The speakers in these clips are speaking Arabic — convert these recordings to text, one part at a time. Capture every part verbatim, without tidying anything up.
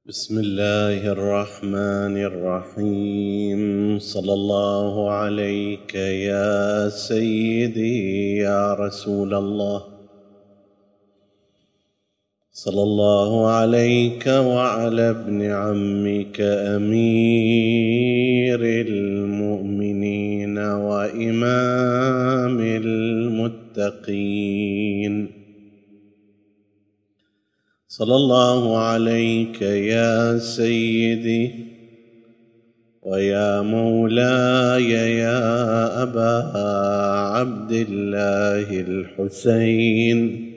بسم الله الرحمن الرحيم. صلى الله عليك يا سيدي يا رسول الله، صلى الله عليك وعلى ابن عمك أمير المؤمنين وإمام المتقين. صلى الله عليك يا سيدي ويا مولاي يا أبا عبد الله الحسين.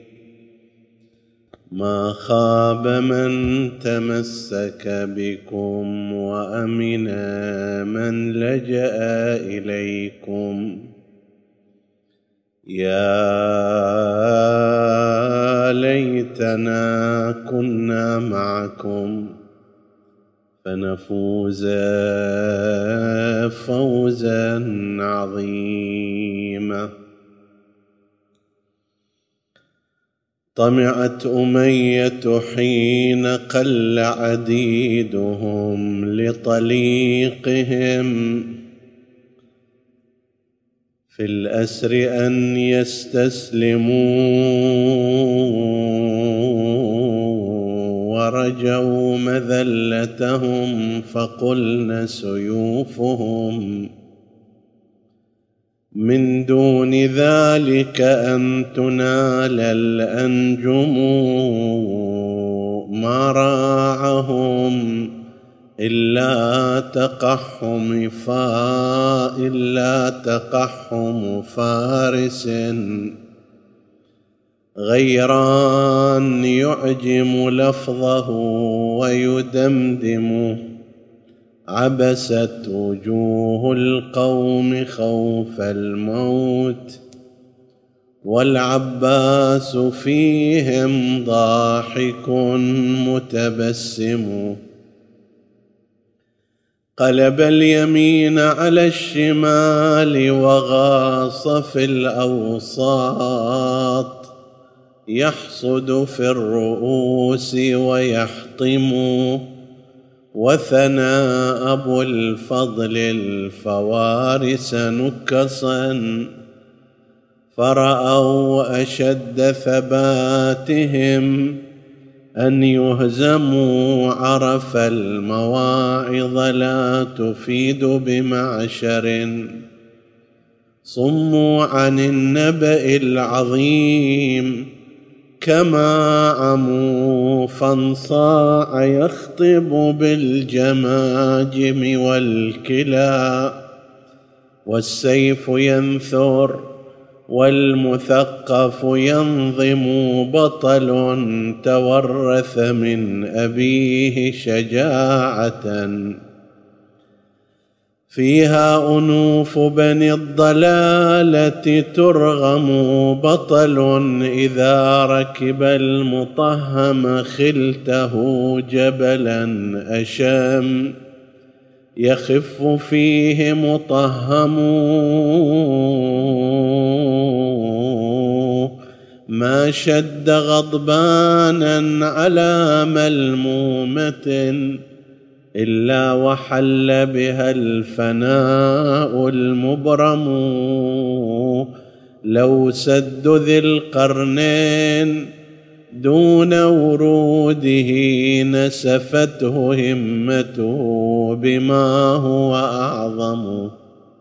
ما خاب من تمسك بكم وأمن من لجأ إليكم. يا ليتنا كنا معكم فنفوز فوزا عظيما. طمعت أمية حين قل عديدهم لطليقهم في الأسر أن يستسلموا، ورجوا مذلتهم فقلن سيوفهم من دون ذلك أن تنال الأنجم. ما راعهم إلا تقحم فا إلا تقحم فارس، غيران يعجم لفظه ويدمدم. عبست وجوه القوم خوف الموت، والعباس فيهم ضاحك متبسم. قلب اليمين على الشمال وغاص في الأوساط، يحصد في الرؤوس ويحطم. وثنى أبو الفضل الفوارس نكصا، فرأوا أشد ثباتهم أن يهزموا. عرف المواعظ لا تفيد بمعشر، صموا عن النبأ العظيم. كما عموا فانصاع يخطب بالجماجم والكلى، والسيف ينثر والمثقف ينظم. بطل تورث من أبيه شجاعة، فيها أنوف بني الضلالة ترغم. بطل إذا ركب المطهم خلته جبلا أشام، يخف فيه مطهم. ما شد غضبانا على ملمومة إلا وحل بها الفناء المبرم. لو سد ذي القرنين دون وروده نسفته همته بما هو أعظم.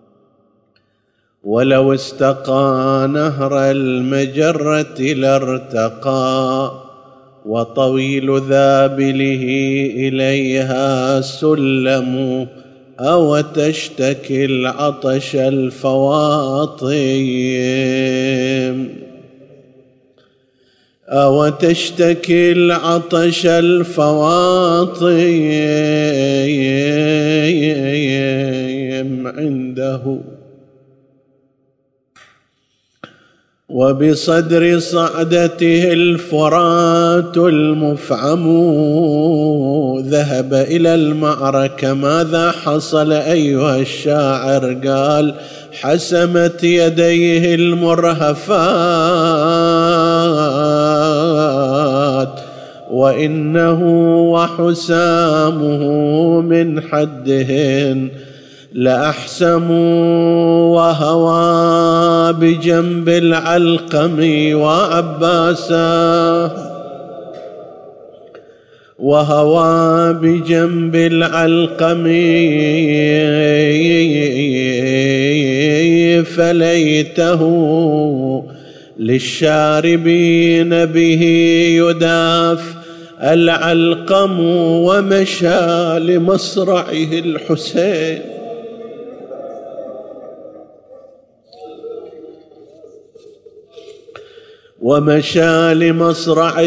ولو استقى نهر المجرة لارتقى، وطويل ذابله إليها سلم. أو تشتكي العطش الفواطم أو تشتكي العطش الفواطم عنده. وبصدر صعدته الفرات المفعم. ذهب إلى المعركة ماذا حصل أيها الشاعر؟ قال: حسمت يديه المرهفات وإنه وحسامه من حدهن لأحسم، وهوى بجنب العلقم وعباسا وهوى بجنب العلقم فليته للشاربين به يداف العلقم، ومشى لمصرعه الحسين ومشى لمصرعه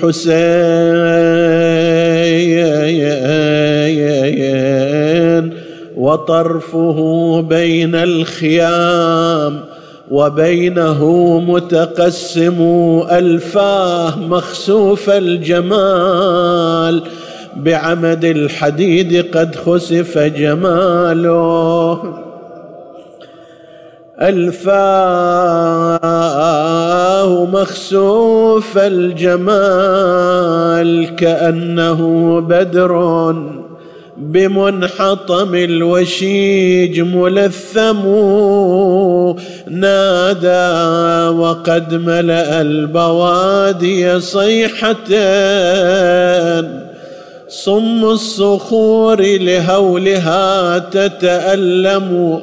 الحسين وطرفه بين الخيام، وبينه متقسم الفاه مخسوف الجمال، بعمد الحديد قد خسف جماله. الفاه مخسوف الجمال كأنه بدر بمنحطم الوشيج ملثم، نادى وقد ملأ البوادي صيحة، صم الصخور لهولها تتألم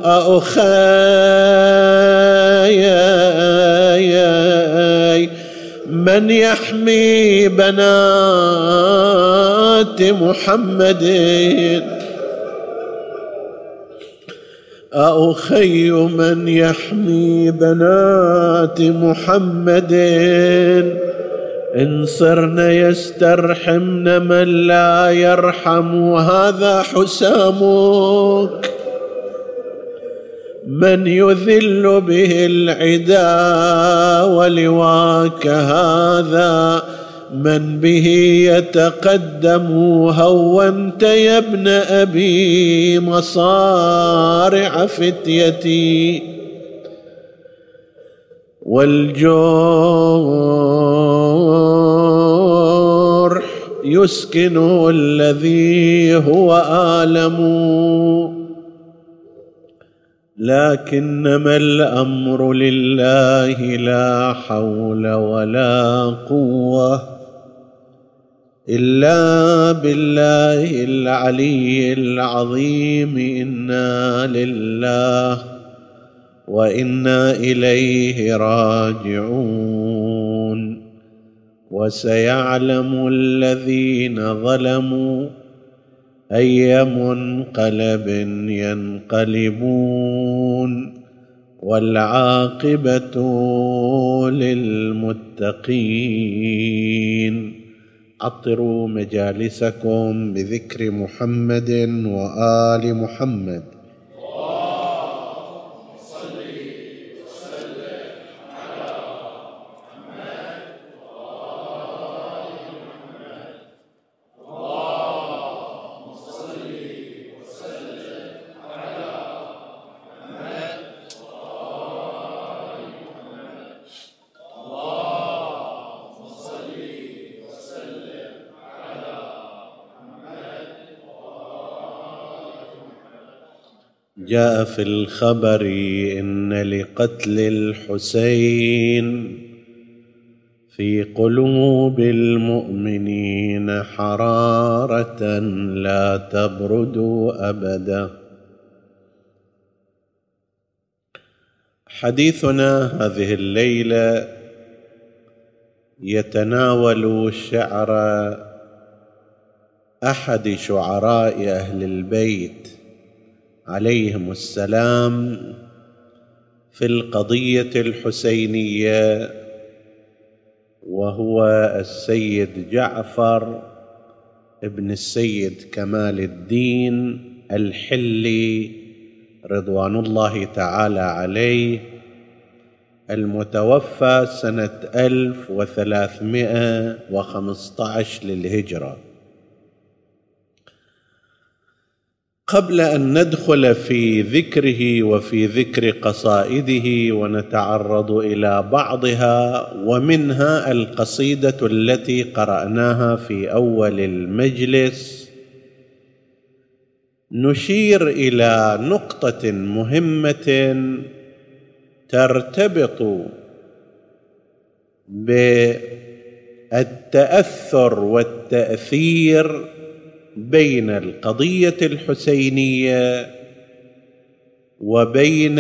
أخاي، من يحمي بنات محمد أخي، من يحمي بنات محمد، إن صرن يسترحمن من لا يرحم، هذا حسامك من يذل به العدا، ولواك هذا من به يتقدم، هونت يا ابن أبي مصارع فتيتي، والجرح يسكن الذي هو آلم، لكنما الأمر لله لا حول ولا قوة إلا بالله العلي العظيم. إنا لله وإنا إليه راجعون. وسيعلم الذين ظلموا أي منقلب ينقلبون، والعاقبة للمتقين. عطروا مجالسكم بذكر محمد وآل محمد. جاء في الخبر إن لقتل الحسين في قلوب المؤمنين حرارة لا تبرد أبدا. حديثنا هذه الليلة يتناول شعر أحد شعراء أهل البيت عليهم السلام في القضية الحسينية، وهو السيد جعفر ابن السيد كمال الدين الحلي رضوان الله تعالى عليه، المتوفى سنة ألف وثلاثمائة وخمسة عشر للهجرة. قبل أن ندخل في ذكره وفي ذكر قصائده ونتعرض إلى بعضها، ومنها القصيدة التي قرأناها في أول المجلس، نشير إلى نقطة مهمة ترتبط بالتأثر والتأثير بين القضية الحسينية وبين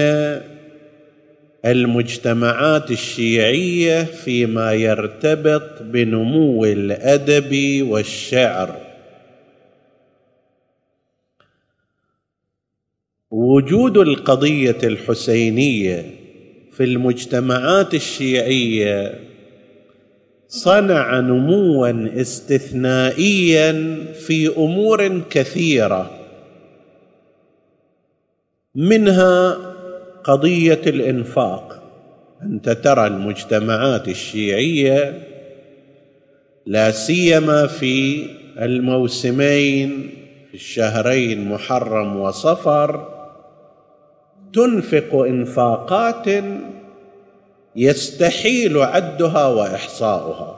المجتمعات الشيعية فيما يرتبط بنمو الأدب والشعر. وجود القضية الحسينية في المجتمعات الشيعية صنع نمواً استثنائياً في أمور كثيرة، منها قضية الإنفاق. أنت ترى المجتمعات الشيعية لا سيما في الموسمين، في الشهرين محرم وصفر، تنفق إنفاقات يستحيل عدها وإحصاؤها،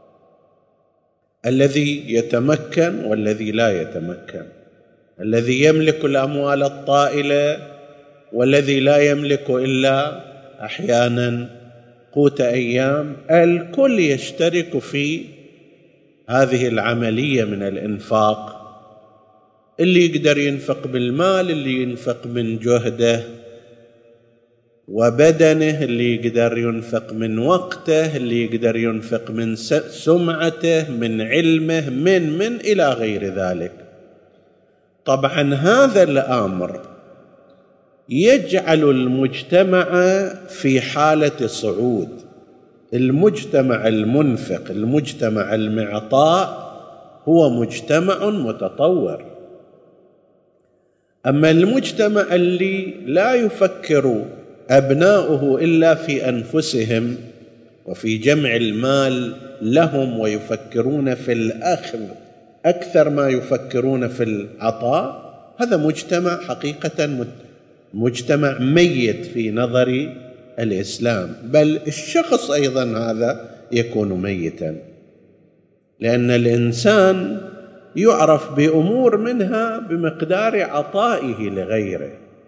الذي يتمكن والذي لا يتمكن، الذي يملك الأموال الطائلة والذي لا يملك إلا أحيانا قوت أيام، الكل يشترك في هذه العملية من الإنفاق. اللي يقدر ينفق بالمال، اللي ينفق من جهده وبدنه، اللي يقدر ينفق من وقته، اللي يقدر ينفق من سمعته، من علمه، من من إلى غير ذلك. طبعا هذا الأمر يجعل المجتمع في حالة صعود. المجتمع المنفق، المجتمع المعطاء، هو مجتمع متطور. أما المجتمع اللي لا يفكر أبناؤه إلا في أنفسهم وفي جمع المال لهم، ويفكرون في الأخذ أكثر ما يفكرون في العطاء، هذا مجتمع حقيقة مجتمع ميت في نظر الإسلام. بل الشخص أيضا هذا يكون ميتا، لأن الإنسان يعرف بأمور منها بمقدار عطائه لغيره.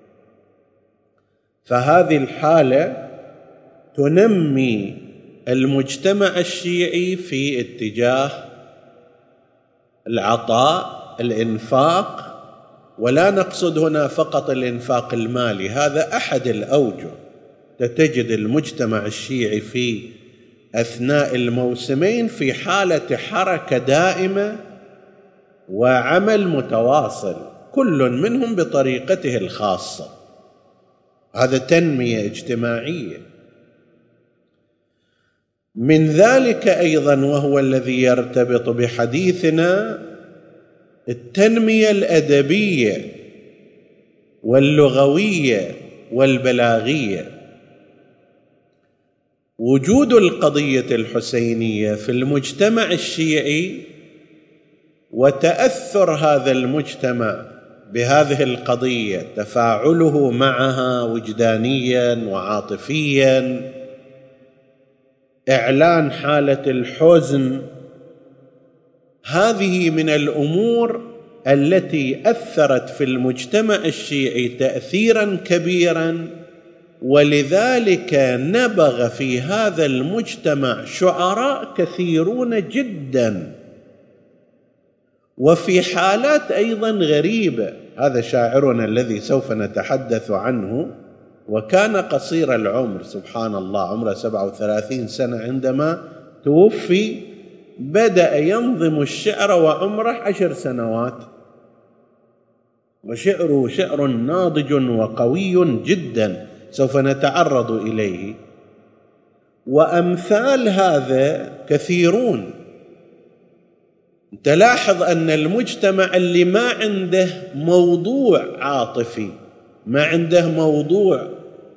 فهذه الحالة تنمي المجتمع الشيعي في اتجاه العطاء، الإنفاق. ولا نقصد هنا فقط الإنفاق المالي، هذا أحد الأوجه. تجد المجتمع الشيعي في أثناء الموسمين في حالة حركة دائمة وعمل متواصل، كل منهم بطريقته الخاصة. هذا تنمية اجتماعية. من ذلك أيضا، وهو الذي يرتبط بحديثنا، التنمية الأدبية واللغوية والبلاغية. وجود القضية الحسينية في المجتمع الشيعي وتأثر هذا المجتمع بهذه القضية، تفاعله معها وجدانيا وعاطفيا، إعلان حالة الحزن، هذه من الأمور التي أثرت في المجتمع الشيعي تأثيرا كبيرا. ولذلك نبغ في هذا المجتمع شعراء كثيرون جدا، وفي حالات أيضا غريبة. هذا شاعرنا الذي سوف نتحدث عنه، وكان قصير العمر، سبحان الله، عمره سبعة وثلاثين سنة عندما توفي. بدأ ينظم الشعر وعمره عشر سنوات، وشعره شعر ناضج وقوي جدا، سوف نتعرض إليه. وأمثال هذا كثيرون. تلاحظ أن المجتمع اللي ما عنده موضوع عاطفي، ما عنده موضوع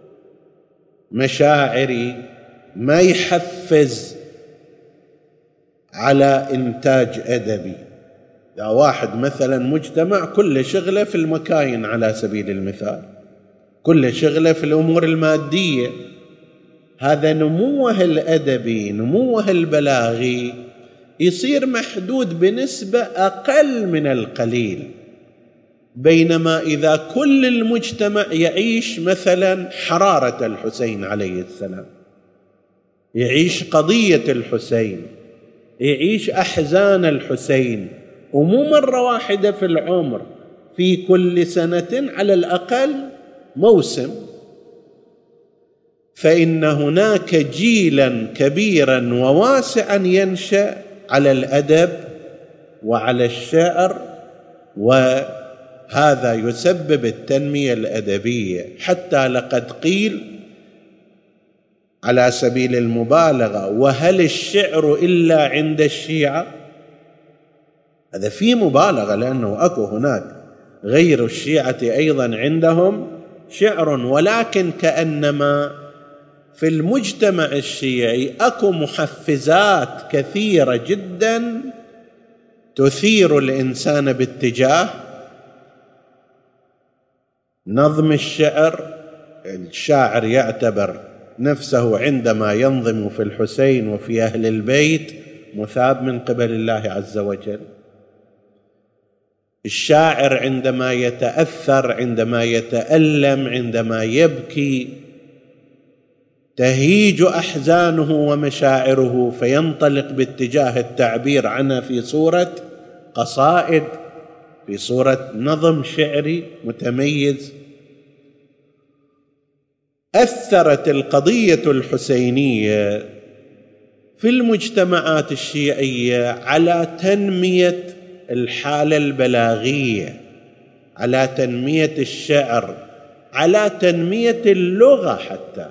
مشاعري، ما يحفز على إنتاج أدبي، إذا واحد مثلا مجتمع كل شغله في المكاين على سبيل المثال، كل شغله في الأمور المادية، هذا نموه الأدبي نموه البلاغي يصير محدود بنسبة أقل من القليل. بينما إذا كل المجتمع يعيش مثلا حرارة الحسين عليه السلام، يعيش قضية الحسين، يعيش أحزان الحسين، ومو مرة واحدة في العمر، في كل سنة على الأقل موسم، فإن هناك جيلا كبيرا وواسعا ينشأ على الأدب وعلى الشعر، وهذا يسبب التنمية الأدبية. حتى لقد قيل على سبيل المبالغة: وهل الشعر إلا عند الشيعة؟ هذا في مبالغة، لأنه أكو هناك غير الشيعة أيضا عندهم شعر، ولكن كأنما في المجتمع الشيعي أكو محفزات كثيرة جدا تثير الإنسان باتجاه نظم الشعر. الشاعر يعتبر نفسه عندما ينظم في الحسين وفي أهل البيت مثاب من قبل الله عز وجل. الشاعر عندما يتأثر، عندما يتألم، عندما يبكي، تهيج أحزانه ومشاعره، فينطلق باتجاه التعبير عنها في صورة قصائد، في صورة نظم شعري متميز. أثرت القضية الحسينية في المجتمعات الشيعية على تنمية الحالة البلاغية، على تنمية الشعر، على تنمية اللغة، حتى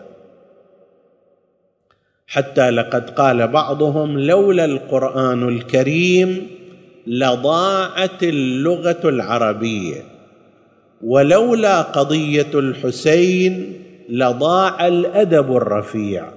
حتى لقد قال بعضهم: لولا القرآن الكريم لضاعت اللغة العربية، ولولا قضية الحسين لضاع الأدب الرفيع.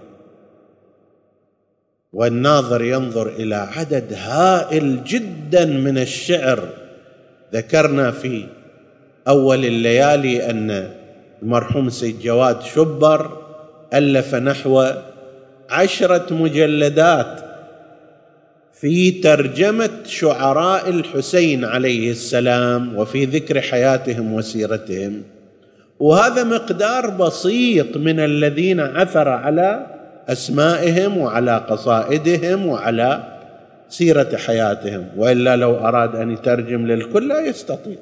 والناظر ينظر إلى عدد هائل جدا من الشعر. ذكرنا في أول الليالي أن المرحوم سيد جواد شبر ألف نحو عشرة مجلدات في ترجمة شعراء الحسين عليه السلام وفي ذكر حياتهم وسيرتهم، وهذا مقدار بسيط من الذين عثر على أسمائهم وعلى قصائدهم وعلى سيرة حياتهم. وإلا لو أراد أن يترجم للكل لا يستطيع.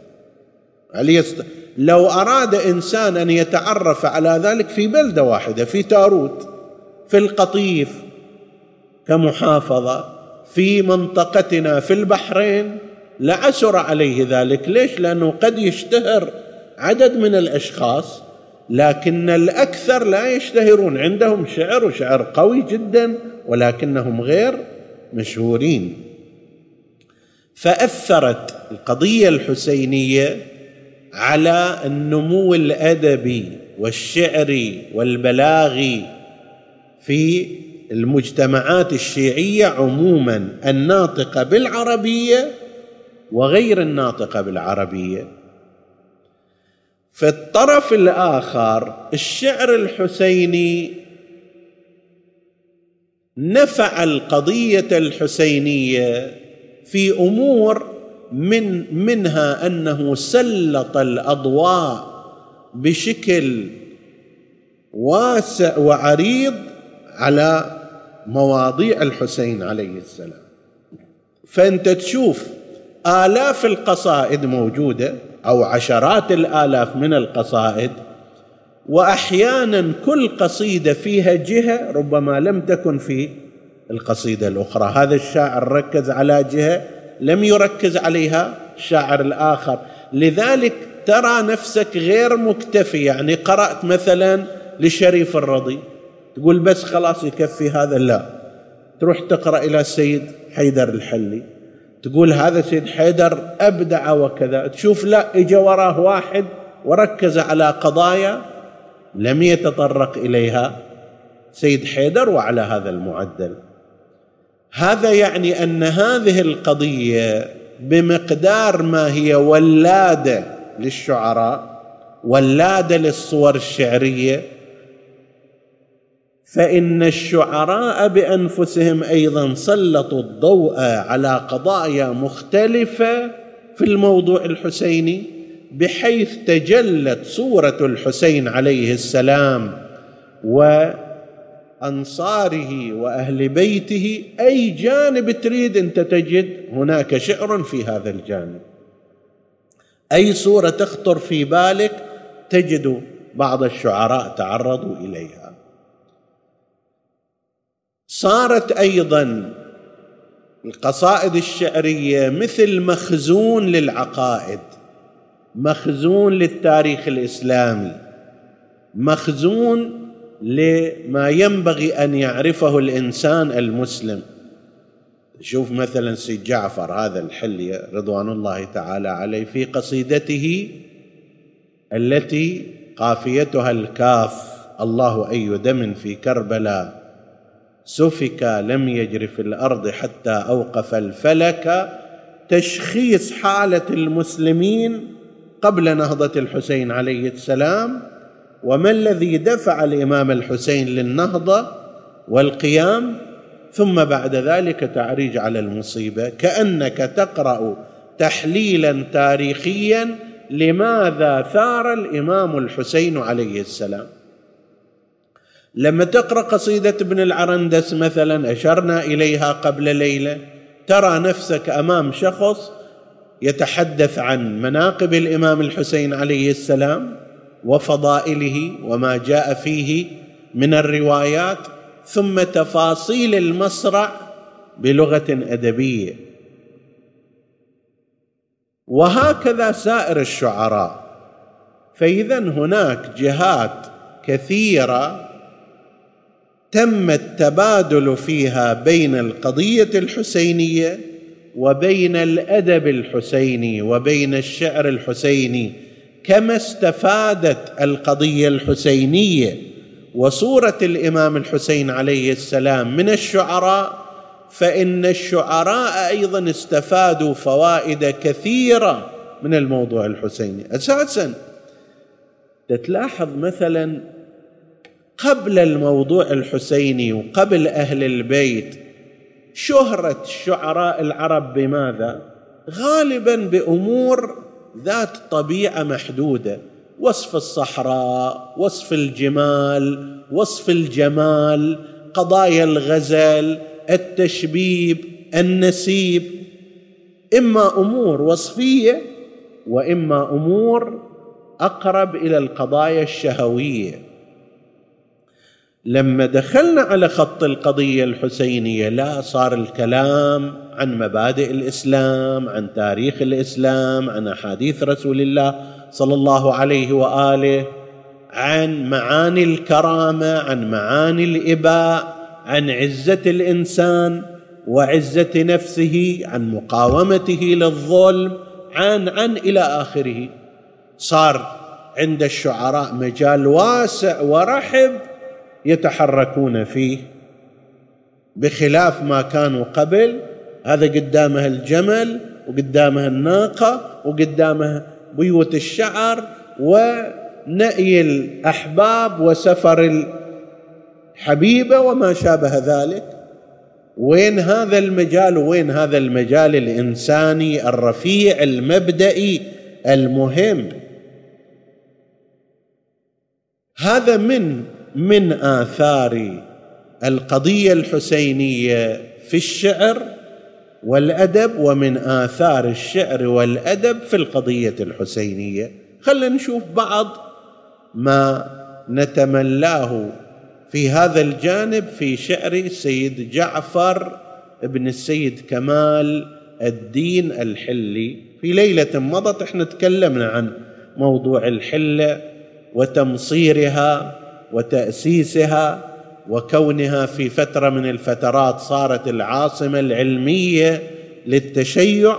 لو أراد إنسان أن يتعرف على ذلك في بلدة واحدة، في تاروت، في القطيف كمحافظة، في منطقتنا في البحرين، لعسر عليه ذلك. ليش؟ لأنه قد يشتهر عدد من الأشخاص، لكن الأكثر لا يشتهرون، عندهم شعر وشعر قوي جدا ولكنهم غير مشهورين. فأثرت القضية الحسينية على النمو الأدبي والشعري والبلاغي في المجتمعات الشيعية عموما، الناطقة بالعربية وغير الناطقة بالعربية. في الطرف الآخر الشعر الحسيني نفع القضية الحسينية في أمور، من منها أنه سلط الأضواء بشكل واسع وعريض على مواضيع الحسين عليه السلام. فأنت تشوف آلاف القصائد موجودة أو عشرات الآلاف من القصائد، وأحيانا كل قصيدة فيها جهة ربما لم تكن في القصيدة الأخرى. هذا الشاعر ركز على جهة لم يركز عليها الشاعر الآخر، لذلك ترى نفسك غير مكتفي. يعني قرأت مثلا لشريف الرضي تقول بس خلاص يكفي هذا، لا، تروح تقرأ إلى السيد حيدر الحلي تقول هذا سيد حيدر أبدع وكذا، تشوف لا، إجا وراه واحد وركز على قضايا لم يتطرق إليها سيد حيدر وعلى هذا المعدل. هذا يعني أن هذه القضية بمقدار ما هي ولادة للشعراء، ولادة للصور الشعرية، فإن الشعراء بأنفسهم أيضا سلطوا الضوء على قضايا مختلفة في الموضوع الحسيني، بحيث تجلت صورة الحسين عليه السلام وأنصاره وأهل بيته. أي جانب تريد أنت تجد هناك شعر في هذا الجانب، أي صورة تخطر في بالك تجد بعض الشعراء تعرضوا إليها. صارت أيضا القصائد الشعرية مثل مخزون للعقائد، مخزون للتاريخ الإسلامي، مخزون لما ينبغي أن يعرفه الإنسان المسلم. شوف مثلا سيد جعفر هذا الحلي رضوان الله تعالى عليه في قصيدته التي قافيتها الكاف: الله أي دم في كربلاء سفك لم يجر في الأرض حتى أوقف الفلك، تشخيص حالة المسلمين قبل نهضة الحسين عليه السلام، وما الذي دفع الإمام الحسين للنهضة والقيام، ثم بعد ذلك تعريج على المصيبة، كأنك تقرأ تحليلا تاريخيا لماذا ثار الإمام الحسين عليه السلام. لما تقرأ قصيدة ابن العرندس مثلا أشرنا إليها قبل ليلة، ترى نفسك أمام شخص يتحدث عن مناقب الإمام الحسين عليه السلام وفضائله وما جاء فيه من الروايات، ثم تفاصيل المصرع بلغة أدبية. وهكذا سائر الشعراء. فإذا هناك جهات كثيرة تم التبادل فيها بين القضية الحسينية وبين الأدب الحسيني وبين الشعر الحسيني، كما استفادت القضية الحسينية وصورة الإمام الحسين عليه السلام من الشعراء، فإن الشعراء أيضا استفادوا فوائد كثيرة من الموضوع الحسيني. أساسا تتلاحظ مثلا قبل الموضوع الحسيني وقبل أهل البيت شهرة الشعراء العرب بماذا؟ غالبا بأمور ذات طبيعة محدودة: وصف الصحراء، وصف الجمال، وصف الجمال، قضايا الغزل، التشبيب، النسيب، إما أمور وصفية وإما أمور أقرب إلى القضايا الشهوية. لما دخلنا على خط القضية الحسينية لا، صار الكلام عن مبادئ الإسلام، عن تاريخ الإسلام، عن أحاديث رسول الله صلى الله عليه وآله، عن معاني الكرامة، عن معاني الإباء، عن عزة الإنسان وعزة نفسه، عن مقاومته للظلم، عن عن إلى آخره. صار عند الشعراء مجال واسع ورحب يتحركون فيه، بخلاف ما كانوا قبل. هذا قدامه الجمل وقدامه الناقة وقدامه بيوت الشعر ونأي الأحباب وسفر الحبيبة وما شابه ذلك. وين هذا المجال؟ وين هذا المجال الإنساني الرفيع المبدئي المهم؟ هذا من من آثار القضية الحسينية في الشعر والأدب، ومن آثار الشعر والأدب في القضية الحسينية. خلنا نشوف بعض ما نتملاه في هذا الجانب في شعر السيد جعفر ابن السيد كمال الدين الحلي. في ليلة مضت احنا تكلمنا عن موضوع الحلة وتمصيرها وتأسيسها، وكونها في فترة من الفترات صارت العاصمة العلمية للتشيع،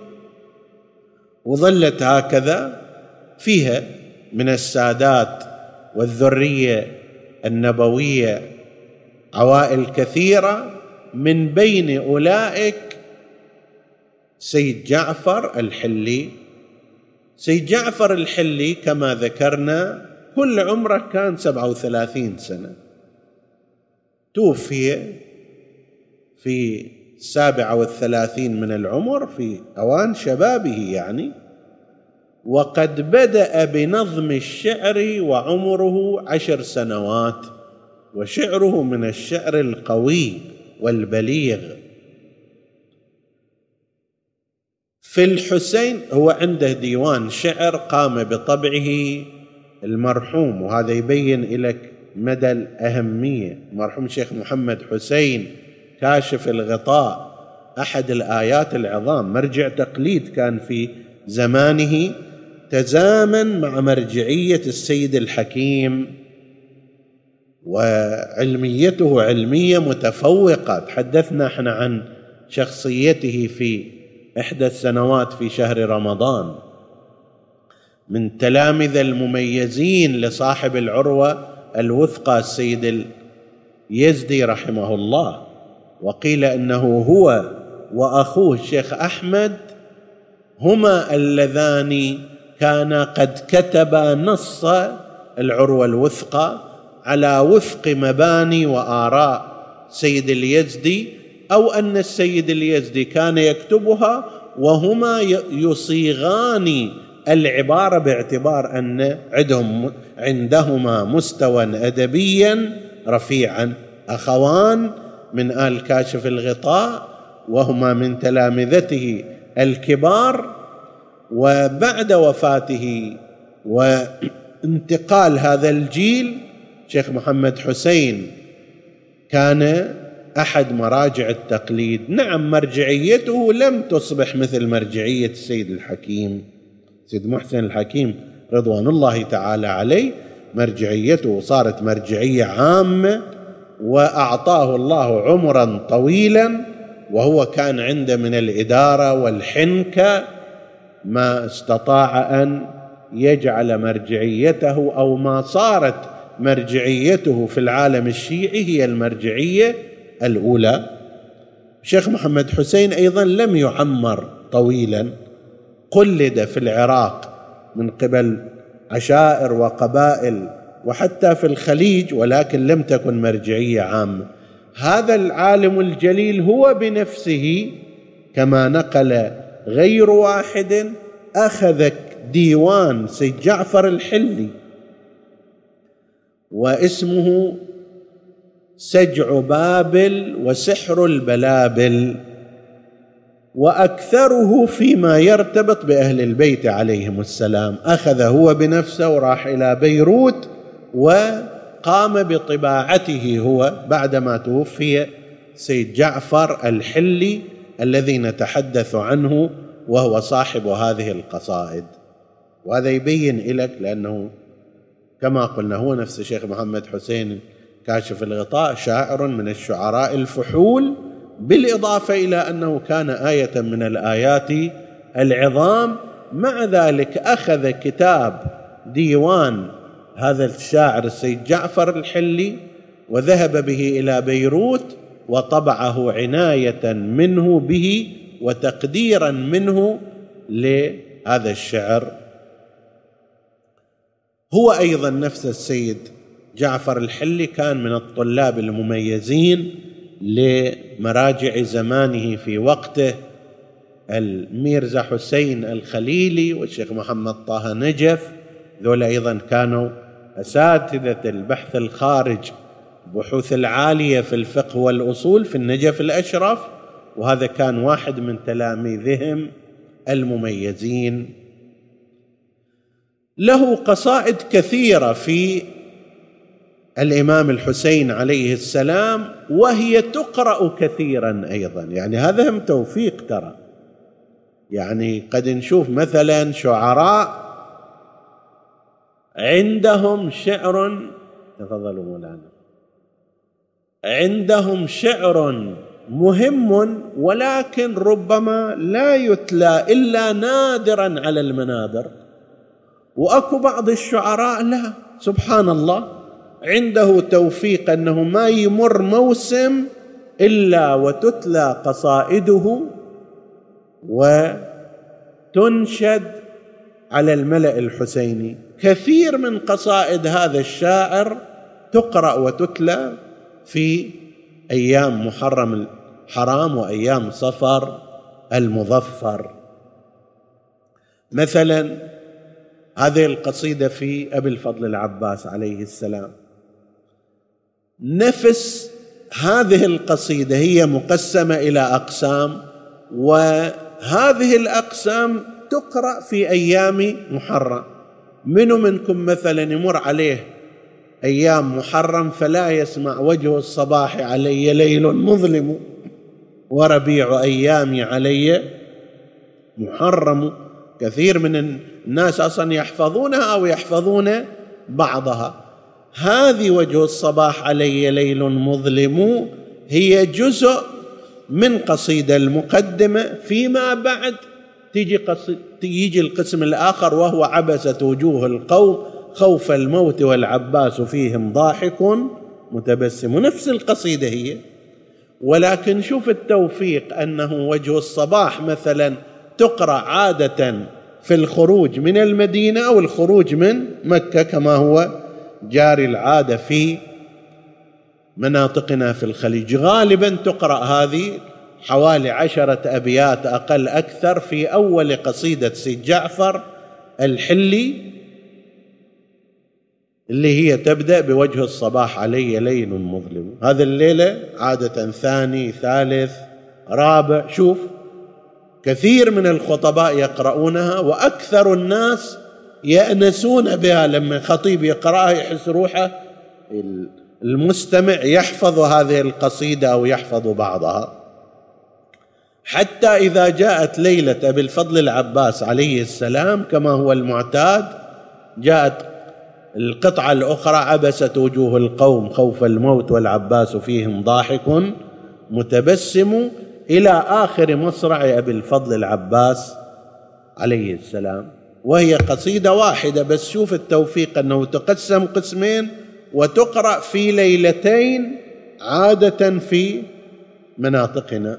وظلت هكذا. فيها من السادات والذرية النبوية عوائل كثيرة، من بين أولئك سيد جعفر الحلي. سيد جعفر الحلي كما ذكرنا كل عمره كان سبعة وثلاثين سنة، توفي في السابعة والثلاثين من العمر في أوان شبابه يعني، وقد بدأ بنظم الشعر وعمره عشر سنوات، وشعره من الشعر القوي والبليغ. في الحسين هو عنده ديوان شعر قام بطبعه المرحوم، وهذا يبين لك مدى الأهمية. المرحوم الشيخ محمد حسين كاشف الغطاء أحد الآيات العظام، مرجع تقليد كان في زمانه، تزامن مع مرجعية السيد الحكيم، وعلميته علمية متفوقة. تحدثنا احنا عن شخصيته في إحدى السنوات في شهر رمضان، من تلامذة المميزين لصاحب العروة الوثقى السيد اليزدي رحمه الله، وقيل إنه هو وأخوه الشيخ أحمد هما اللذان كانا قد كتبا نص العروة الوثقى على وفق مباني وآراء سيد اليزدي، أو أن السيد اليزدي كان يكتبها وهما يصيغان العبارة باعتبار أن عندهم عندهما مستوى أدبيا رفيعا، أخوان من آل كاشف الغطاء وهما من تلامذته الكبار. وبعد وفاته وانتقال هذا الجيل، شيخ محمد حسين كان أحد مراجع التقليد. نعم مرجعيته لم تصبح مثل مرجعية السيد الحكيم، سيد محسن الحكيم رضوان الله تعالى عليه، مرجعيته صارت مرجعية عامة، وأعطاه الله عمرا طويلا، وهو كان عنده من الإدارة والحنكة ما استطاع أن يجعل مرجعيته أو ما صارت مرجعيته في العالم الشيعي هي المرجعية الأولى. الشيخ محمد حسين أيضا لم يعمر طويلا، قلد في العراق من قبل عشائر وقبائل وحتى في الخليج، ولكن لم تكن مرجعية عامة. هذا العالم الجليل هو بنفسه كما نقل غير واحد أخذ ديوان سيد جعفر الحلي واسمه سجع بابل وسحر البلابل، وأكثره فيما يرتبط بأهل البيت عليهم السلام. أخذ هو بنفسه وراح إلى بيروت وقام بطباعته هو بعدما توفي سيد جعفر الحلي الذي نتحدث عنه، وهو صاحب هذه القصائد. وهذا يبين لك لأنه كما قلنا هو نفس الشيخ محمد حسين كاشف الغطاء شاعر من الشعراء الفحول، بالإضافة إلى أنه كان آية من الآيات العظام. مع ذلك أخذ كتاب ديوان هذا الشاعر السيد جعفر الحلي وذهب به إلى بيروت وطبعه عناية منه به وتقديرا منه لهذا الشعر. هو أيضا نفس السيد جعفر الحلي كان من الطلاب المميزين لمراجع زمانه في وقته، الميرزا حسين الخليلي والشيخ محمد طه نجف، ذول أيضا كانوا أساتذة البحث الخارج، بحوث العالية في الفقه والأصول في النجف الأشرف، وهذا كان واحد من تلاميذهم المميزين. له قصائد كثيرة في الإمام الحسين عليه السلام، وهي تقرأ كثيرا أيضا، يعني هذا هم توفيق ترى. يعني قد نشوف مثلا شعراء عندهم شعر، تفضلوا مولانا، عندهم شعر مهم ولكن ربما لا يتلى إلا نادرا على المنابر، وأكو بعض الشعراء لا، سبحان الله، عنده توفيق أنه ما يمر موسم إلا وتتلى قصائده وتنشد على الملأ الحسيني. كثير من قصائد هذا الشاعر تقرأ وتتلى في أيام محرم الحرام وأيام صفر المظفر. مثلا هذه القصيدة في أبي الفضل العباس عليه السلام، نفس هذه القصيدة هي مقسمة إلى أقسام، وهذه الأقسام تقرأ في أيام محرم. منو منكم مثلا يمر عليه أيام محرم فلا يسمع وجه الصباح علي ليل مظلم وربيع أيامي علي محرم؟ كثير من الناس أصلا يحفظونها أو يحفظون بعضها. هذه وجه الصباح علي ليل مظلم هي جزء من قصيدة المقدمة. فيما بعد تيجي, قصيدة تيجي القسم الآخر وهو عبست وجوه القوم خوف الموت والعباس فيهم ضاحك متبسم. نفس القصيدة هي، ولكن شوف التوفيق أنه وجه الصباح مثلا تقرأ عادة في الخروج من المدينة أو الخروج من مكة كما هو جاري العادة في مناطقنا في الخليج. غالبا تقرأ هذه حوالي عشرة أبيات أقل أكثر في أول قصيدة سيد جعفر الحلي اللي هي تبدأ بوجه الصباح علي ليل مظلم. هذه الليلة عادة ثاني ثالث رابع. شوف كثير من الخطباء يقرؤونها، وأكثر الناس يأنسون بها. لما خطيب يقرأها يحس روحه المستمع يحفظ هذه القصيدة أو يحفظ بعضها. حتى إذا جاءت ليلة أبي الفضل العباس عليه السلام كما هو المعتاد، جاءت القطعة الأخرى عبست وجوه القوم خوف الموت والعباس فيهم ضاحك متبسم، إلى آخر مصرع أبي الفضل العباس عليه السلام، وهي قصيدة واحدة. بس شوف التوفيق أنه تقسم قسمين وتقرأ في ليلتين عادة في مناطقنا.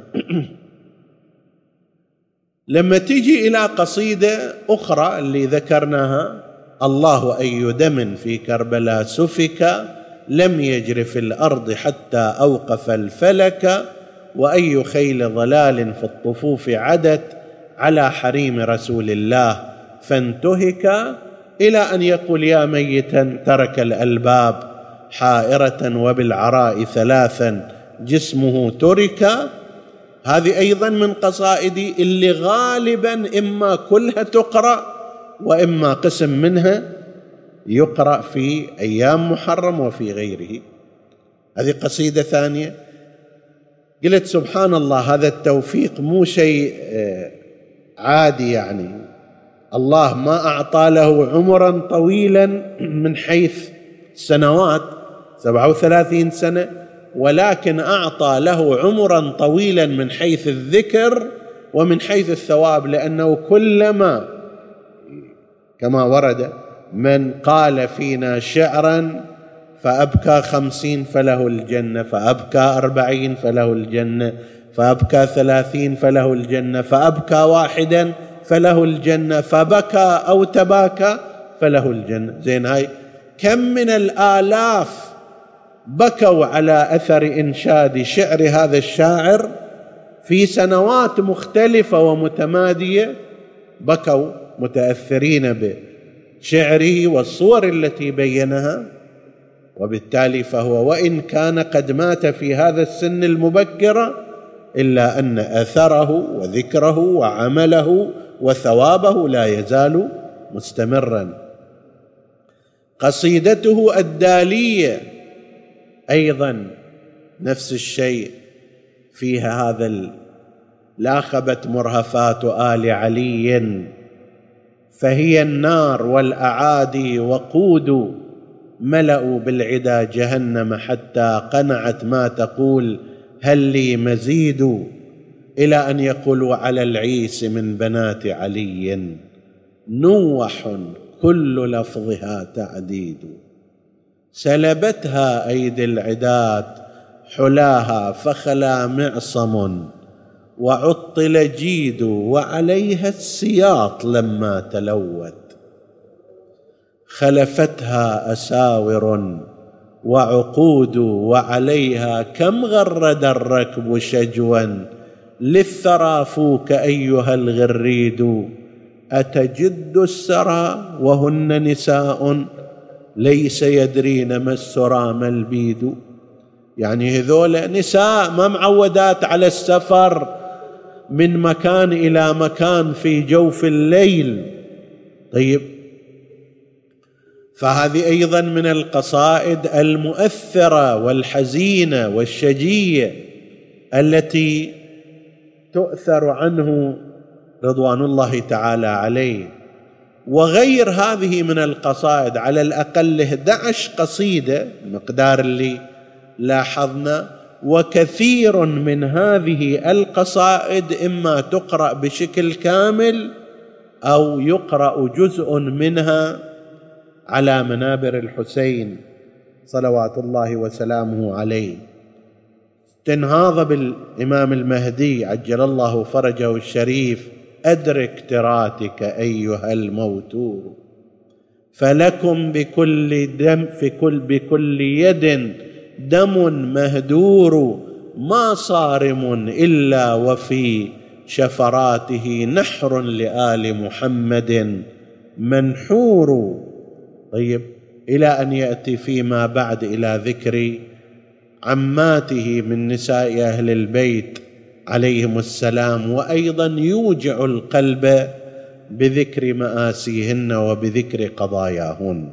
لما تيجي إلى قصيدة أخرى اللي ذكرناها، الله أي دم في كربلاء سفك لم يجر في الأرض حتى أوقف الفلك، وأي خيل ضلال في الطفوف عدت على حريم رسول الله فانتهك، إلى أن يقول يا ميتا ترك الألباب حائرة وبالعراء ثلاثا جسمه ترك. هذه أيضا من قصائدي اللي غالبا إما كلها تقرأ وإما قسم منها يقرأ في أيام محرم وفي غيره. هذه قصيدة ثانية. قلت سبحان الله هذا التوفيق مو شيء عادي، يعني الله ما أعطى له عمرا طويلا من حيث سنوات سبعة وثلاثين سنة، ولكن أعطى له عمرا طويلا من حيث الذكر ومن حيث الثواب، لأنه كلما كما ورد من قال فينا شعرا فأبكى خمسين فله الجنة، فأبكى أربعين فله الجنة، فأبكى ثلاثين فله الجنة، فأبكى واحدا فله الجنة، فبكى أو تباكى فله الجنة. زين، هاي كم من الآلاف بكوا على أثر إنشاد شعر هذا الشاعر في سنوات مختلفة ومتمادية، بكوا متأثرين بشعره والصور التي بينها. وبالتالي فهو وإن كان قد مات في هذا السن المبكرة، إلا أن أثره وذكره وعمله وثوابه لا يزال مستمرا. قصيدته الدالية أيضا نفس الشيء، فيها هذا لاخبت مرهفات آل علي فهي النار والأعادي وقود، ملأوا بالعدا جهنم حتى قنعت ما تقول هل لي مزيد، إلى أن يقولوا على العيس من بنات علي نوح كل لفظها تعديد، سلبتها أيدي العدات حلاها فخلا معصم، وعطل جيد وعليها السياط لما تلوت، خلفتها أساور وعقود وعليها كم غرد الركب شجوا، للثرى فوك أيها الغريد، أتجد السرى وهن نساء ليس يدرين ما السرى ما البيد. يعني هذول نساء ما معودات على السفر من مكان إلى مكان في جوف الليل. طيب، فهذه أيضا من القصائد المؤثرة والحزينة والشجية التي تؤثر عنه رضوان الله تعالى عليه. وغير هذه من القصائد على الأقل إحدى عشرة قصيدة مقدار اللي لاحظنا، وكثير من هذه القصائد إما تقرأ بشكل كامل أو يقرأ جزء منها على منابر الحسين صلوات الله وسلامه عليه. تنهاض بالإمام المهدي عجل الله فرجه الشريف: أدرك تراتك أيها الموتور، فلكم بكل دم في كل بكل يد دم مهدور، ما صارم إلا وفي شفراته نحر لآل محمد منحور. طيب، إلى أن يأتي فيما بعد إلى ذكر عماته من نساء أهل البيت عليهم السلام، وأيضا يوجع القلب بذكر مآسيهن وبذكر قضاياهن.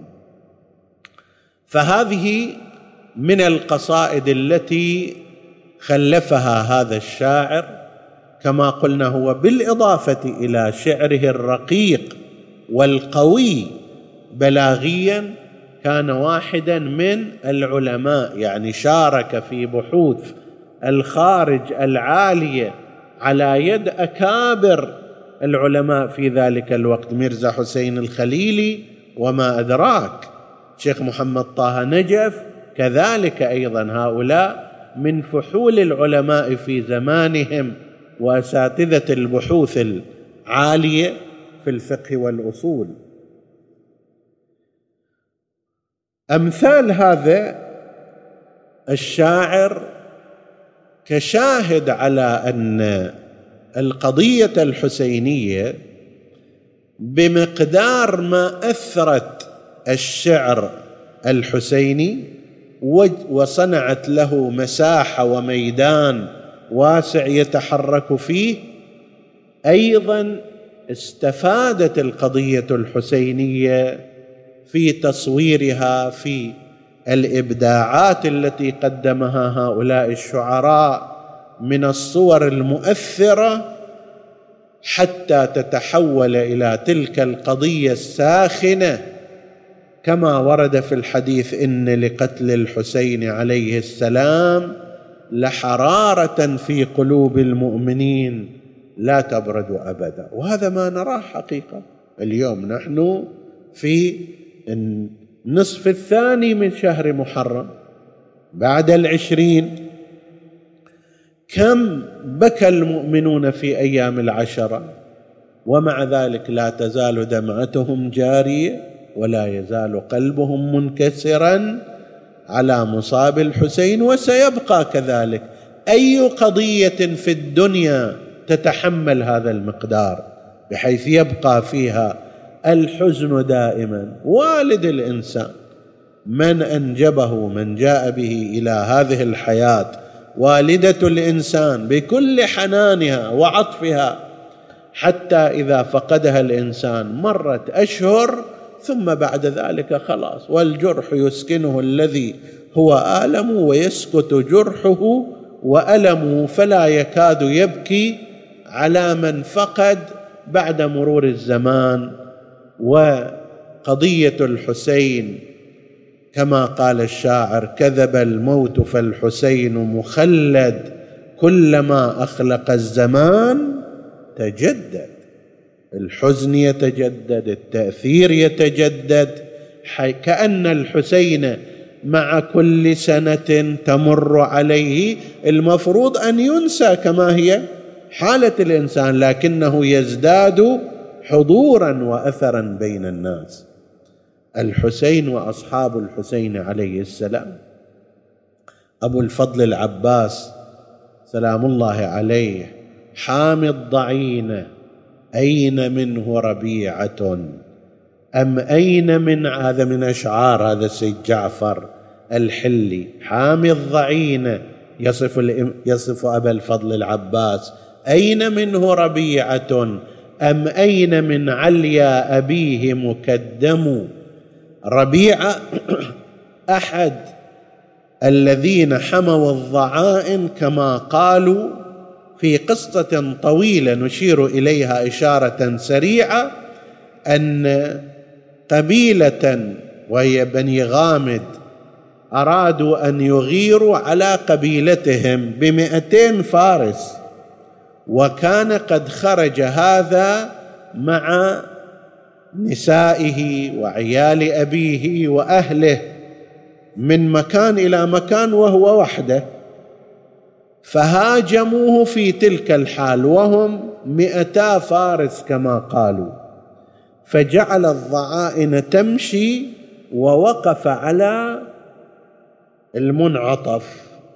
فهذه من القصائد التي خلفها هذا الشاعر، كما قلنا هو بالإضافة إلى شعره الرقيق والقوي بلاغيا كان واحدا من العلماء، يعني شارك في بحوث الخارج العالية على يد أكابر العلماء في ذلك الوقت، ميرزا حسين الخليلي وما أدراك، شيخ محمد طه نجف كذلك أيضا. هؤلاء من فحول العلماء في زمانهم وأساتذة البحوث العالية في الفقه والأصول. أمثال هذا الشاعر كشاهد على أن القضية الحسينية بمقدار ما أثرت الشعر الحسيني وصنعت له مساحة وميدان واسع يتحرك فيه، أيضا استفادت القضية الحسينية في تصويرها في الإبداعات التي قدمها هؤلاء الشعراء من الصور المؤثرة، حتى تتحول إلى تلك القضية الساخنة كما ورد في الحديث: إن لقتل الحسين عليه السلام لحرارة في قلوب المؤمنين لا تبرد أبدا. وهذا ما نراه حقيقة اليوم. نحن في النصف الثاني من شهر محرم بعد العشرين، كم بكى المؤمنون في أيام العشرة، ومع ذلك لا تزال دمعتهم جارية ولا يزال قلبهم منكسرا على مصاب الحسين، وسيبقى كذلك. أي قضية في الدنيا تتحمل هذا المقدار بحيث يبقى فيها الحزن دائما؟ والد الإنسان من أنجبه، من جاء به إلى هذه الحياة، والدة الإنسان بكل حنانها وعطفها، حتى إذا فقدها الإنسان مرت أشهر ثم بعد ذلك خلاص، والجرح يسكنه الذي هو آلم ويسكت جرحه وألمه، فلا يكاد يبكي على من فقد بعد مرور الزمان. وقضية الحسين كما قال الشاعر: كذب الموت فالحسين مخلد، كلما أخلق الزمان تجدد. الحزن يتجدد، التأثير يتجدد، كأن الحسين مع كل سنة تمر عليه المفروض أن ينسى كما هي حالة الإنسان، لكنه يزداد حضورا وأثرا بين الناس. الحسين وأصحاب الحسين عليه السلام. أبو الفضل العباس سلام الله عليه حامي الضعين أين منه ربيعة أم أين من، هذا من أشعار هذا السيد جعفر الحلي. حامي الضعين يصف, يصف أبا الفضل العباس، أين منه ربيعة أم أين من عليا أبيه مكدم. ربيعة أحد الذين حموا الضعائن كما قالوا في قصة طويلة نشير إليها إشارة سريعة، أن قبيلة وهي بني غامد أرادوا أن يغيروا على قبيلتهم بمئتين فارس، وكان قد خرج هذا مع نسائه وعيال أبيه وأهله من مكان إلى مكان وهو وحده، فهاجموه في تلك الحال وهم مئتا فارس كما قالوا، فجعل الضعائن تمشي ووقف على المنعطف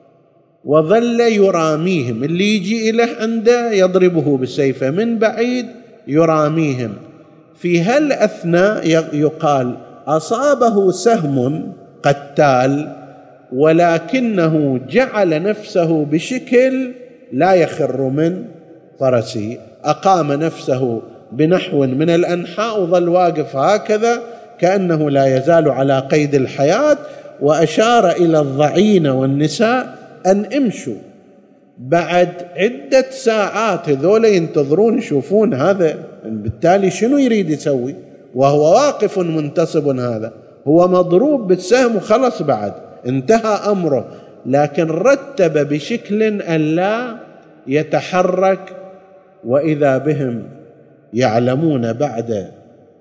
وظل يراميهم، اللي يجي إليه عنده يضربه بسيفه، من بعيد يراميهم. في هالأثناء يقال أصابه سهم قتال، ولكنه جعل نفسه بشكل لا يخر من فرسه، أقام نفسه بنحو من الأنحاء وظل واقف هكذا كأنه لا يزال على قيد الحياة، وأشار إلى الضعين والنساء أن امشوا. بعد عدة ساعات هذول ينتظرون يشوفون هذا بالتالي شنو يريد يسوي، وهو واقف منتصب، هذا هو مضروب بالسهم وخلص بعد انتهى أمره، لكن رتب بشكل أن لا يتحرك. وإذا بهم يعلمون بعد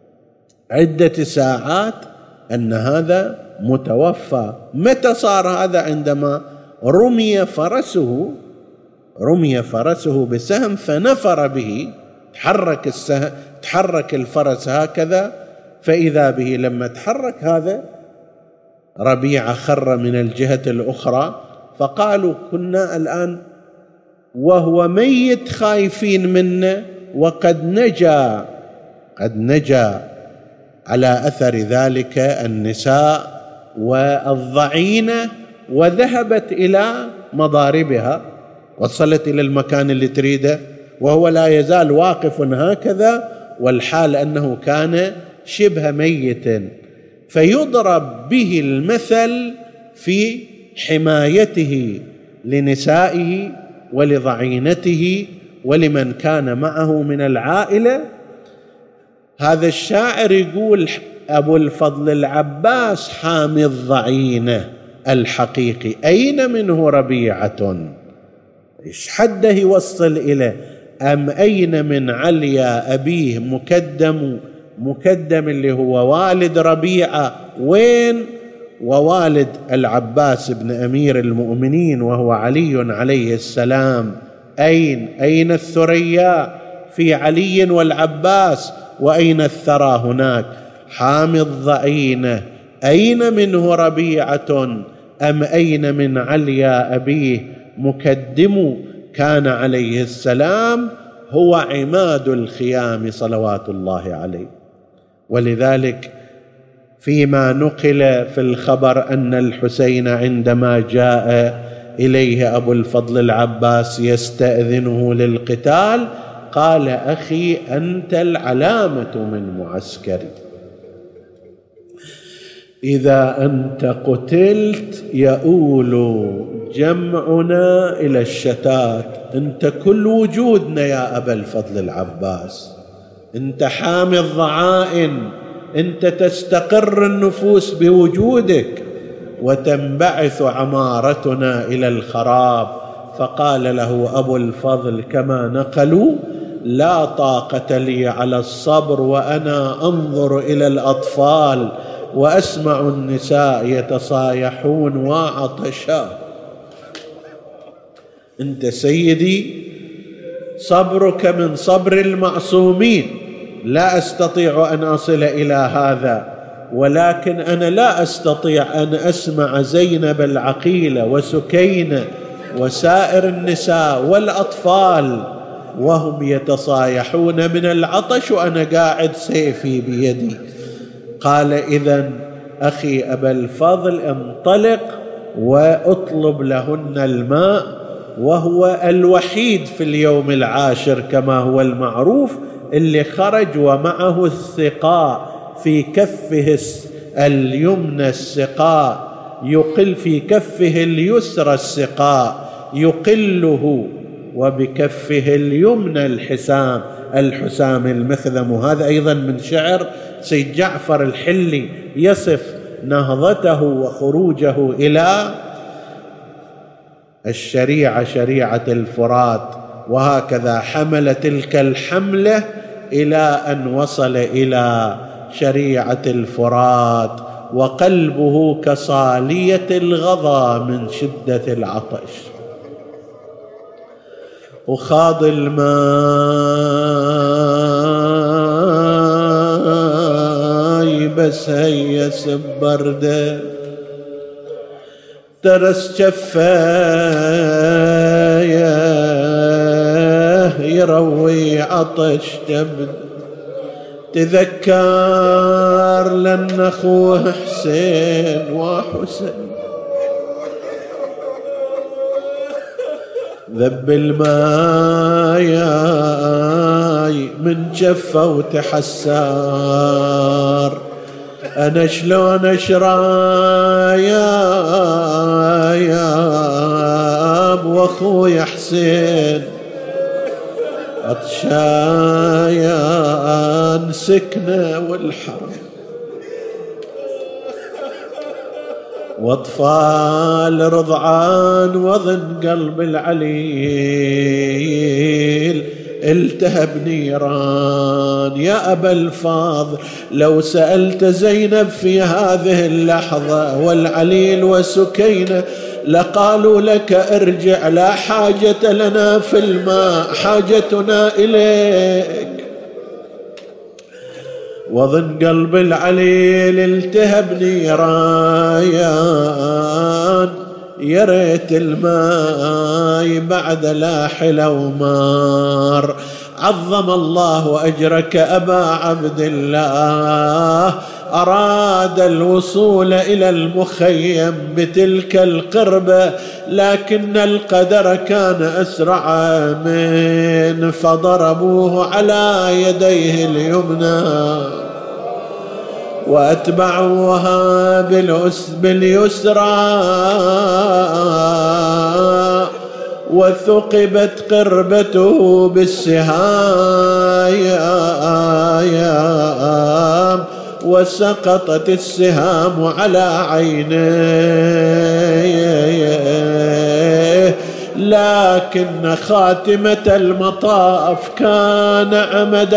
عدة ساعات أن هذا متوفى. متى صار هذا؟ عندما رمي فرسه رمي فرسه بسهم فنفر به، تحرك السهم تحرك الفرس هكذا، فإذا به لما تحرك هذا ربيعة خر من الجهة الأخرى، فقالوا كنا الآن وهو ميت خايفين منه وقد نجا قد نجا. على أثر ذلك النساء والضعينة وذهبت إلى مضاربها، وصلت إلى المكان اللي تريده وهو لا يزال واقف هكذا، والحال أنه كان شبه ميت. فيضرب به المثل في حمايته لنسائه ولضعينته ولمن كان معه من العائلة. هذا الشاعر يقول أبو الفضل العباس حامي الضعينة الحقيقي أين منه ربيعة، إيش حده يوصل إليه، أم أين من عليا أبيه مكدم. مكدم اللي هو والد ربيعة، وين؟ ووالد العباس بن أمير المؤمنين وهو علي عليه السلام. أين أين الثريا في علي والعباس، وأين الثرى هناك. حامي الضعينة أين منه ربيعة أم أين من عليا أبيه مكدم. كان عليه السلام هو عماد الخيام صلوات الله عليه. ولذلك فيما نقل في الخبر أن الحسين عندما جاء إليه أبو الفضل العباس يستأذنه للقتال قال أخي أنت العلامة من معسكري، إذا أنت قتلت يؤول جمعنا إلى الشتات، أنت كل وجودنا يا أبا الفضل العباس، أنت حامي الضعائن، أنت تستقر النفوس بوجودك وتنبعث عمارتنا إلى الخراب. فقال له أبو الفضل كما نقلوا لا طاقة لي على الصبر وأنا أنظر إلى الأطفال وأسمع النساء يتصايحون وعطشا. أنت سيدي صبرك من صبر المعصومين، لا أستطيع أن أصل إلى هذا، ولكن أنا لا أستطيع أن أسمع زينب العقيلة وسكينة وسائر النساء والأطفال وهم يتصايحون من العطش وأنا قاعد سيفي بيدي. قال: إذن أخي أبا الفضل انطلق وأطلب لهن الماء، وهو الوحيد في اليوم العاشر كما هو المعروف اللي خرج ومعه السقاء في كفه اليمنى، السقاء يقل في كفه اليسرى، السقاء يقله، وبكفه اليمنى الحسام، الحسام المخذم. وهذا أيضا من شعر سيد جعفر الحلي يصف نهضته وخروجه إلى الشريعة، شريعة الفرات. وهكذا حمل تلك الحملة إلى أن وصل إلى شريعة الفرات، وقلبه كصالية الغضا من شدة العطش. وخاض الماء بس هيس ببرده، ترس شفايه يروي عطش تبد. تذكر لأن أخوه حسين وحسين ذب الماء من جفة وتحسار. أنا شلون أشراياب وأخوي حسين عطشان سكنة والحرب، واطفال رضعان وظن قلب العليل التهب نيران. يا أبا الفاضل، لو سألت زينب في هذه اللحظة والعليل وسكينة لقالوا لك ارجع، لا حاجة لنا في الماء، حاجتنا إليك. وظن قلب العليل التهب نيران، يا ريت الماء بعد لاحل ومار. عظم الله أجرك أبا عبد الله، أراد الوصول إلى المخيم بتلك القربة، لكن القدر كان أسرع من، فضربوه على يديه اليمنى وأتبعوها باليسرى، وثقبت قربته بالسهام، وسقطت السهام على عينيه. لكن خاتمة المطاف كان عمد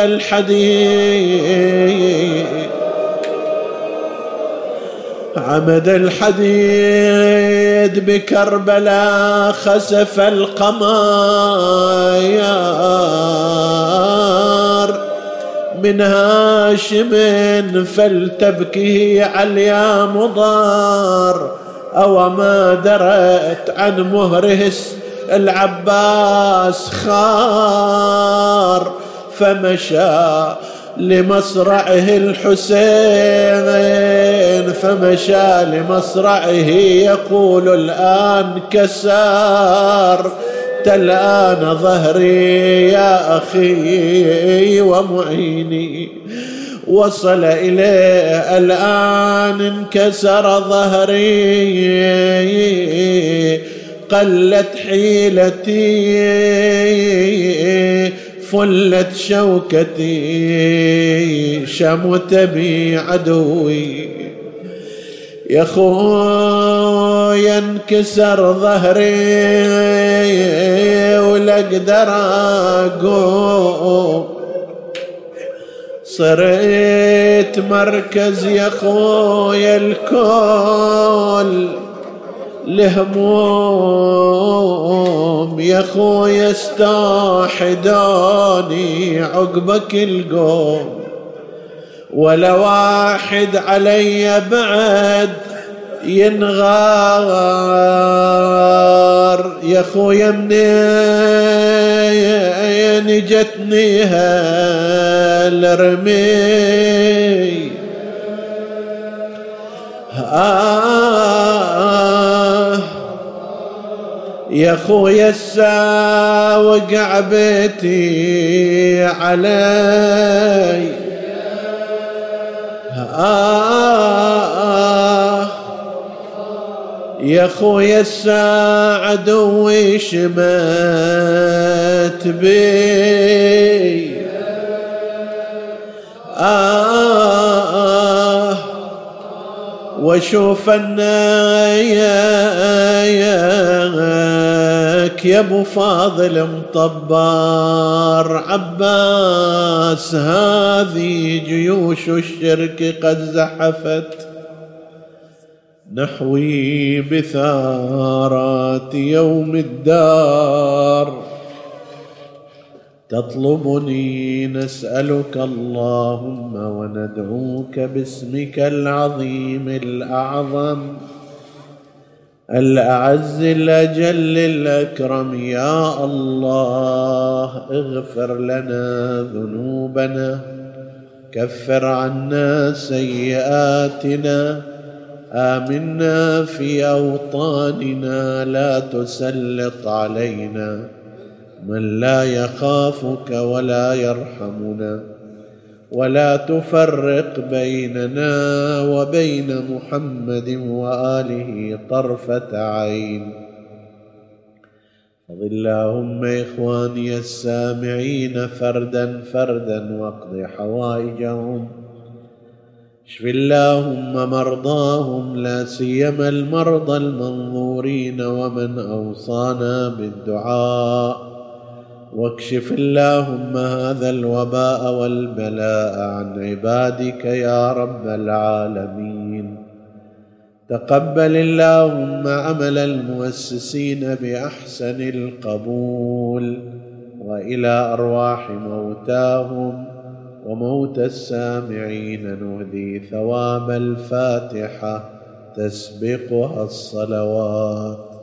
الحديد، عمد الحديد بكربلاء خسف القمار من هاشم فلتبكي عليا مضار. أو ما درت عن مهره العباس خار، فمشى لمصرعه الحسين، فمشى لمصرعه يقول الآن كسار. الآن ظهري يا أخي ومعيني، وصل إليه الآن انكسر ظهري، قلت حيلتي فلت شوكتي، شمت بي عدوي. يا خويا انكسر ظهري ولا اقدر اقوم، صرت مركز يا خويا الكل، الهموم يا خويا استوحدوني عقبك القوم، ولا واحد علي بعد ينغار. يا خويا منين جتني هالرمي، آه يا خويا الساوق عبيتي علي، آه يا خويا الساعد وشمت بي، آه واشوف النايك يا ابو فاضل مطبار عباس، هذه جيوش الشرك قد زحفت نحوي بثارات يوم الدار، تطلبني نسألك اللهم وندعوك باسمك العظيم الأعظم الأعز الأجل الأكرم. يا الله اغفر لنا ذنوبنا، كفر عنا سيئاتنا، آمنا في أوطاننا، لا تسلط علينا من لا يخافك ولا يرحمنا، ولا تفرق بيننا وبين محمد وآله طرفة عين. فضل اللهم إخواني السامعين فردا فردا واقض حوائجهم، اشف اللهم مرضاهم، لا سيما المرضى المنظورين ومن أوصانا بالدعاء، واكشف اللهم هذا الوباء والبلاء عن عبادك يا رب العالمين. تقبل اللهم عمل المؤسسين بأحسن القبول، وإلى أرواح موتاهم وموتى السامعين نهدي ثواب الفاتحة تسبقها الصلوات.